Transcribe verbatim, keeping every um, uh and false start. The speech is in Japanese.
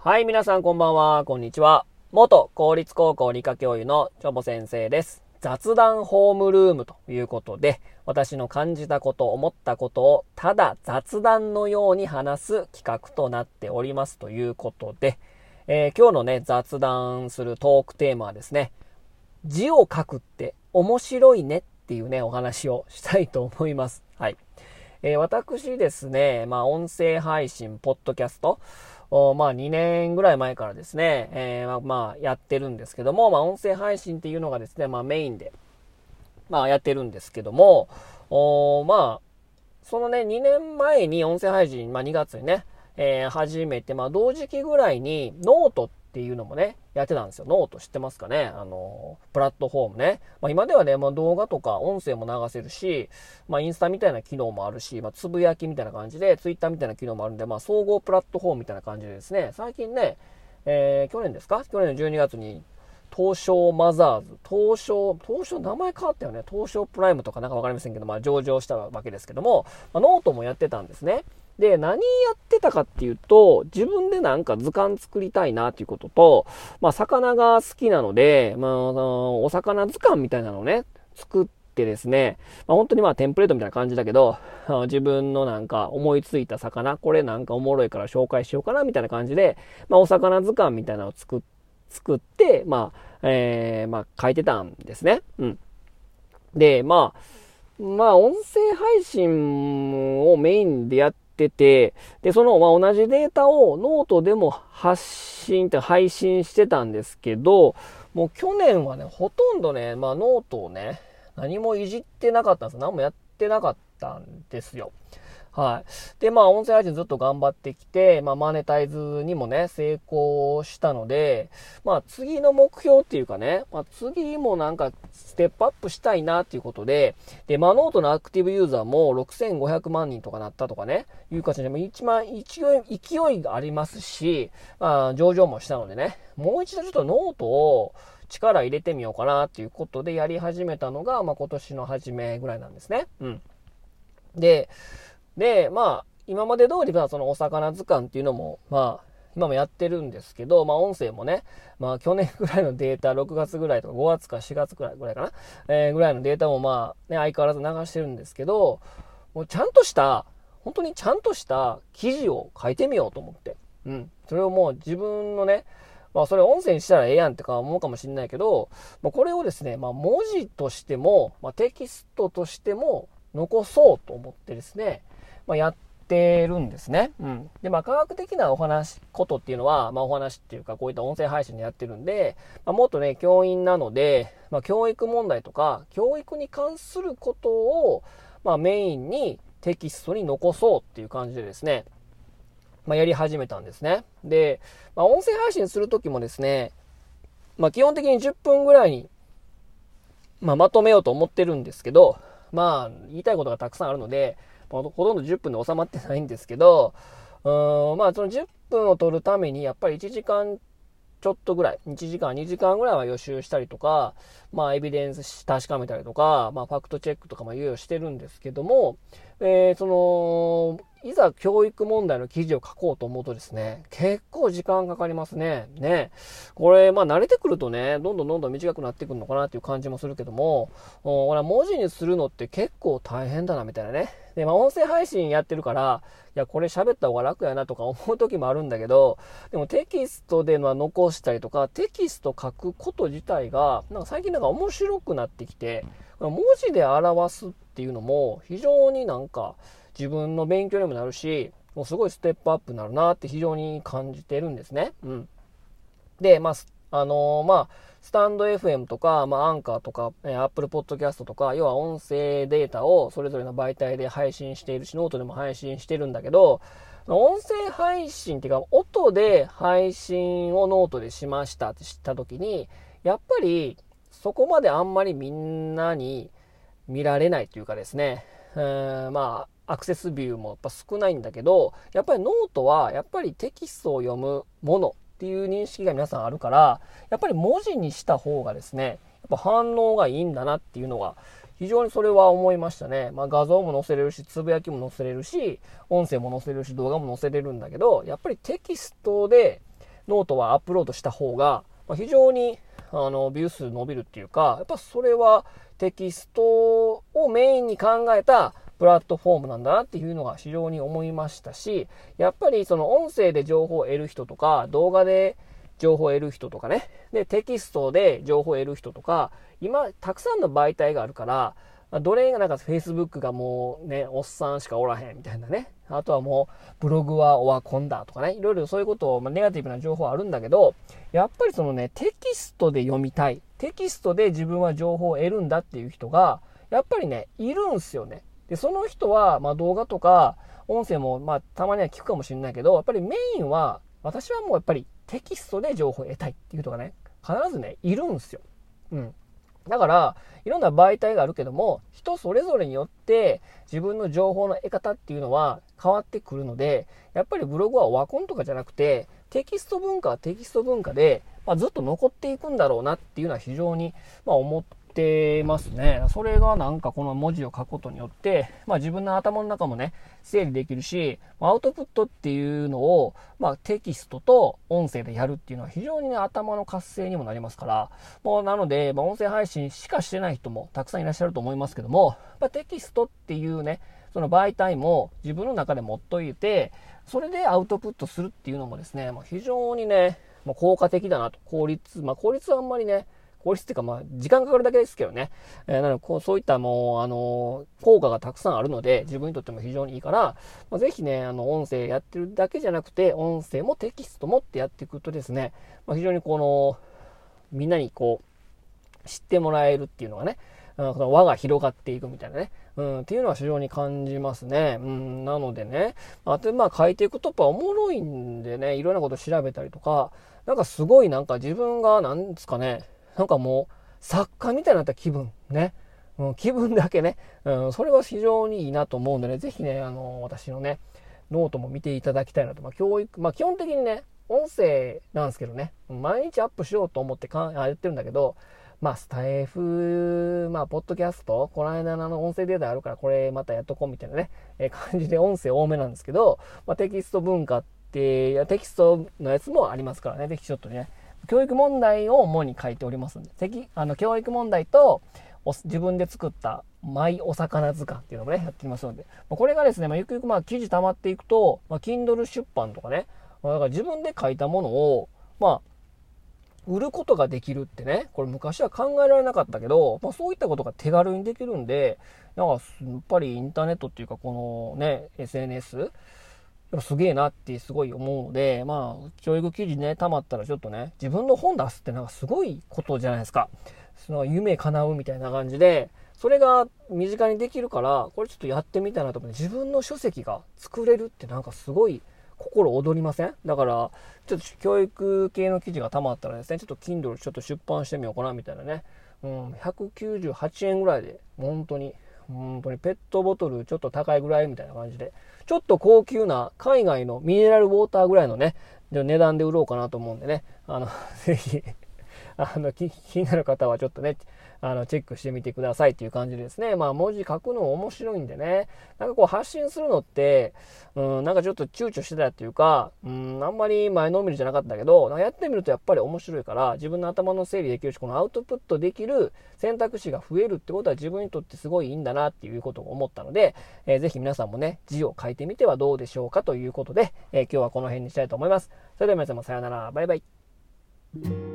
はい、皆さんこんばんは、こんにちは。元公立高校理科教諭のチョボ先生です。雑談ホームルームということで、私の感じたこと、思ったことをただ雑談のように話す企画となっておりますということで、えー、今日のね、雑談するトークテーマはですね、字を書くって面白いねっていうね、お話をしたいと思います。はい。えー、私ですね、まあ音声配信、ポッドキャスト、まあにねんぐらい前からですね、えー、まあ、まあやってるんですけども、まあ音声配信っていうのがですね、まあメインで、まあやってるんですけども、おまあ、そのね、にねんまえに音声配信、まあにがつにね、えー、始めて、まあ同時期ぐらいにノートっていうのもね、やってたんですよ。ノート知ってますかね、あの、プラットフォームね。まあ今ではね、まあ動画とか音声も流せるし、まあインスタみたいな機能もあるし、まあつぶやきみたいな感じで、ツイッターみたいな機能もあるんで、まあ総合プラットフォームみたいな感じでですね、最近ね、えー、去年ですか去年のじゅうにがつに、東証マザーズ、東証、東証名前変わったよね。東証プライムとかなんかわかりませんけど、まあ上場したわけですけども、まあ、ノートもやってたんですね。で、何やってたかっていうと、自分でなんか図鑑作りたいなっていうことと、まあ魚が好きなので、まあ、お魚図鑑みたいなのをね、作ってですね、まあ本当にまあテンプレートみたいな感じだけど、自分のなんか思いついた魚、これなんかおもろいから紹介しようかなみたいな感じで、まあお魚図鑑みたいなのを作って、作って、まあ、えー、まあ、書いてたんですね。うん。で、まあ、まあ、音声配信をメインでやってて、で、その、まあ、同じデータをノートでも発信って配信してたんですけど、もう去年はね、ほとんどね、まあ、ノートをね、何もいじってなかったんですよ。何もやってなかったんですよ。はい。で、まあ、音声配信ずっと頑張ってきて、まあ、マネタイズにもね、成功したので、まあ、次の目標っていうかね、まあ、次もなんか、ステップアップしたいなっていうことで、で、まあ、ノートのアクティブユーザーもろくせんごひゃくまんにんとかなったとかね、いう形で、一番勢い、勢いがありますし、まあ、上場もしたのでね、もう一度ちょっとノートを、力入れてみようかなっていうことでやり始めたのが、まあ、今年の初めぐらいなんですね。うん。で、で、まあ、今まで通り、そのお魚図鑑っていうのも、まあ、今もやってるんですけど、まあ音声もね、まあ去年ぐらいのデータ、ろくがつぐらいとかごがつかしがつぐらいぐらいかな、えー、ぐらいのデータもまあね、相変わらず流してるんですけど、もうちゃんとした、本当にちゃんとした記事を書いてみようと思って。うん。それをもう自分のね、まあそれ音声にしたらええやんってか思うかもしれないけど、まあこれをですね、まあ文字としても、まあテキストとしても残そうと思ってですね、まあ、やってるんですね。うん。で、まあ、科学的なお話、ことっていうのは、まあ、お話っていうか、こういった音声配信でやってるんで、まあ、もっとね、教員なので、まあ、教育問題とか、教育に関することを、まあ、メインにテキストに残そうっていう感じでですね、まあ、やり始めたんですね。で、まあ、音声配信するときもですね、まあ、基本的にじゅっぷんぐらいに、まあ、まとめようと思ってるんですけど、まあ、言いたいことがたくさんあるので、ほとんどじゅっぷんで収まってないんですけど、うーん、まあそのじゅっぷんを取るためにやっぱりいちじかんちょっとぐらい、いちじかん、にじかんぐらいは予習したりとか、まあエビデンス確かめたりとか、まあファクトチェックとかもいろいろしてるんですけども、えー、その、いざ教育問題の記事を書こうと思うとですね、結構時間かかりますね。ね。これ、まあ慣れてくるとね、どんどんどんどん短くなってくるのかなっていう感じもするけども、俺は文字にするのって結構大変だなみたいなね。で、まあ音声配信やってるから、いや、これ喋った方が楽やなとか思う時もあるんだけど、でもテキストでの残したりとか、テキスト書くこと自体が、なんか最近なんか面白くなってきて、文字で表すっていうのも非常になんか自分の勉強にもなるし、もうすごいステップアップになるなって非常に感じてるんですね。うん。で、まあ、あのー、まあ、スタンド エフエム とか、まあ、アンカーとか、えー、Apple Podcast とか、要は音声データをそれぞれの媒体で配信しているし、ノートでも配信してるんだけど、音声配信っていうか、音で配信をノートでしましたって知ったときに、やっぱり、そこまであんまりみんなに見られないというかですね、えー、まあ、アクセスビューもやっぱ少ないんだけど、やっぱりノートは、やっぱりテキストを読むものっていう認識が皆さんあるから、やっぱり文字にした方がですね、やっぱ反応がいいんだなっていうのが、非常にそれは思いましたね。まあ画像も載せれるし、つぶやきも載せれるし、音声も載せれるし、動画も載せれるんだけど、やっぱりテキストでノートはアップロードした方が、まあ、非常にあのビュー数伸びるっていうか、やっぱそれはテキストをメインに考えたプラットフォームなんだなっていうのが非常に思いましたし、やっぱりその音声で情報を得る人とか、動画で情報を得る人とかね、でテキストで情報を得る人とか、今たくさんの媒体があるから、どれがなんか Facebook がもうね、おっさんしかおらへんみたいなね。あとはもうブログはオワコンだとかね。いろいろそういうことを、まあ、ネガティブな情報はあるんだけど、やっぱりそのね、テキストで読みたい。テキストで自分は情報を得るんだっていう人が、やっぱりね、いるんすよね。で、その人は、まあ動画とか音声もまあたまには聞くかもしれないけど、やっぱりメインは、私はもうやっぱりテキストで情報を得たいっていう人がね、必ずね、いるんすよ。うん。だから、いろんな媒体があるけども、人それぞれによって自分の情報の得方っていうのは変わってくるので、やっぱりブログはオワコンとかじゃなくて、テキスト文化はテキスト文化で、まあ、ずっと残っていくんだろうなっていうのは非常に、まあ、思ってますね。それがなんかこの文字を書くことによって、まあ、自分の頭の中もね、整理できるし、アウトプットっていうのを、まあ、テキストと音声でやるっていうのは非常にね、頭の活性にもなりますから、もうなので、まあ、音声配信しかしてない人もたくさんいらっしゃると思いますけども、まあ、テキストっていうね、その媒体も自分の中で持っといて、それでアウトプットするっていうのもですね、もう非常にね、もう効果的だなと。効率、まあ効率はあんまりね、効率っていうかまあ時間かかるだけですけどね。えー、なのでこうそういったもう、あのー、効果がたくさんあるので、自分にとっても非常にいいから、まあ、ぜひね、あの、音声やってるだけじゃなくて、音声もテキストもってやっていくとですね、まあ、非常にこの、みんなにこう、知ってもらえるっていうのがね、この輪が広がっていくみたいなね、うん、っていうのは非常に感じますね。うん、なのでね、あとまあ書いていくとやっぱおもろいんでね、いろんなこと調べたりとか、なんかすごいなんか自分がなんですかね、なんかもう作家みたいになった気分ね、うん、気分だけね、うん、それは非常にいいなと思うんでね、ぜひね、あの、私のね、ノートも見ていただきたいなと。まあ教育、まあ基本的にね、音声なんですけどね、毎日アップしようと思ってかやってるんだけど、まあ、スタイフ、まあ、ポッドキャスト、この間のあの音声データあるから、これまたやっとこうみたいなね、えー、感じで音声多めなんですけど、まあ、テキスト文化って、いやテキストのやつもありますからね、ぜひちょっとね、教育問題を主に書いておりますんで、てきあの教育問題と自分で作ったマイお魚図鑑っていうのもね、やってみますので、まあ、これがですね、まあ、ゆくゆくまあ記事溜まっていくと、まあ、Kindle 出版とかね、まあ、だから自分で書いたものを、まあ、売ることができるってね、これ昔は考えられなかったけど、まあ、そういったことが手軽にできるんで、なんかやっぱりインターネットっていうかこのね、エスエヌエス、やっぱすげえなってすごい思うので、まあ、教育記事ね、溜まったらちょっとね、自分の本出すってなんかすごいことじゃないですか。その夢叶うみたいな感じで、それが身近にできるから、これちょっとやってみたいなと思って、自分の書籍が作れるってなんかすごい心躍りません？だから、ちょっと教育系の記事が溜まったらですね、ちょっと Kindle ちょっと出版してみようかなみたいなね。うん、ひゃくきゅうじゅうはちえんぐらいで、本当に、本当にペットボトルちょっと高いぐらいみたいな感じで、ちょっと高級な海外のミネラルウォーターぐらいのね、値段で売ろうかなと思うんでね、あの、ぜひ、あの気、気になる方はちょっとね、あの、チェックしてみてくださいっていう感じですね。まあ、文字書くの面白いんでね。なんかこう発信するのって、うん、なんかちょっと躊躇してたっていうか、うん、あんまり前のめりじゃなかったけど、なんかやってみるとやっぱり面白いから、自分の頭の整理できるし、このアウトプットできる選択肢が増えるってことは自分にとってすごいいいんだなっていうことを思ったので、えー、ぜひ皆さんもね、字を書いてみてはどうでしょうかということで、えー、今日はこの辺にしたいと思います。それでは皆様さようなら。バイバイ。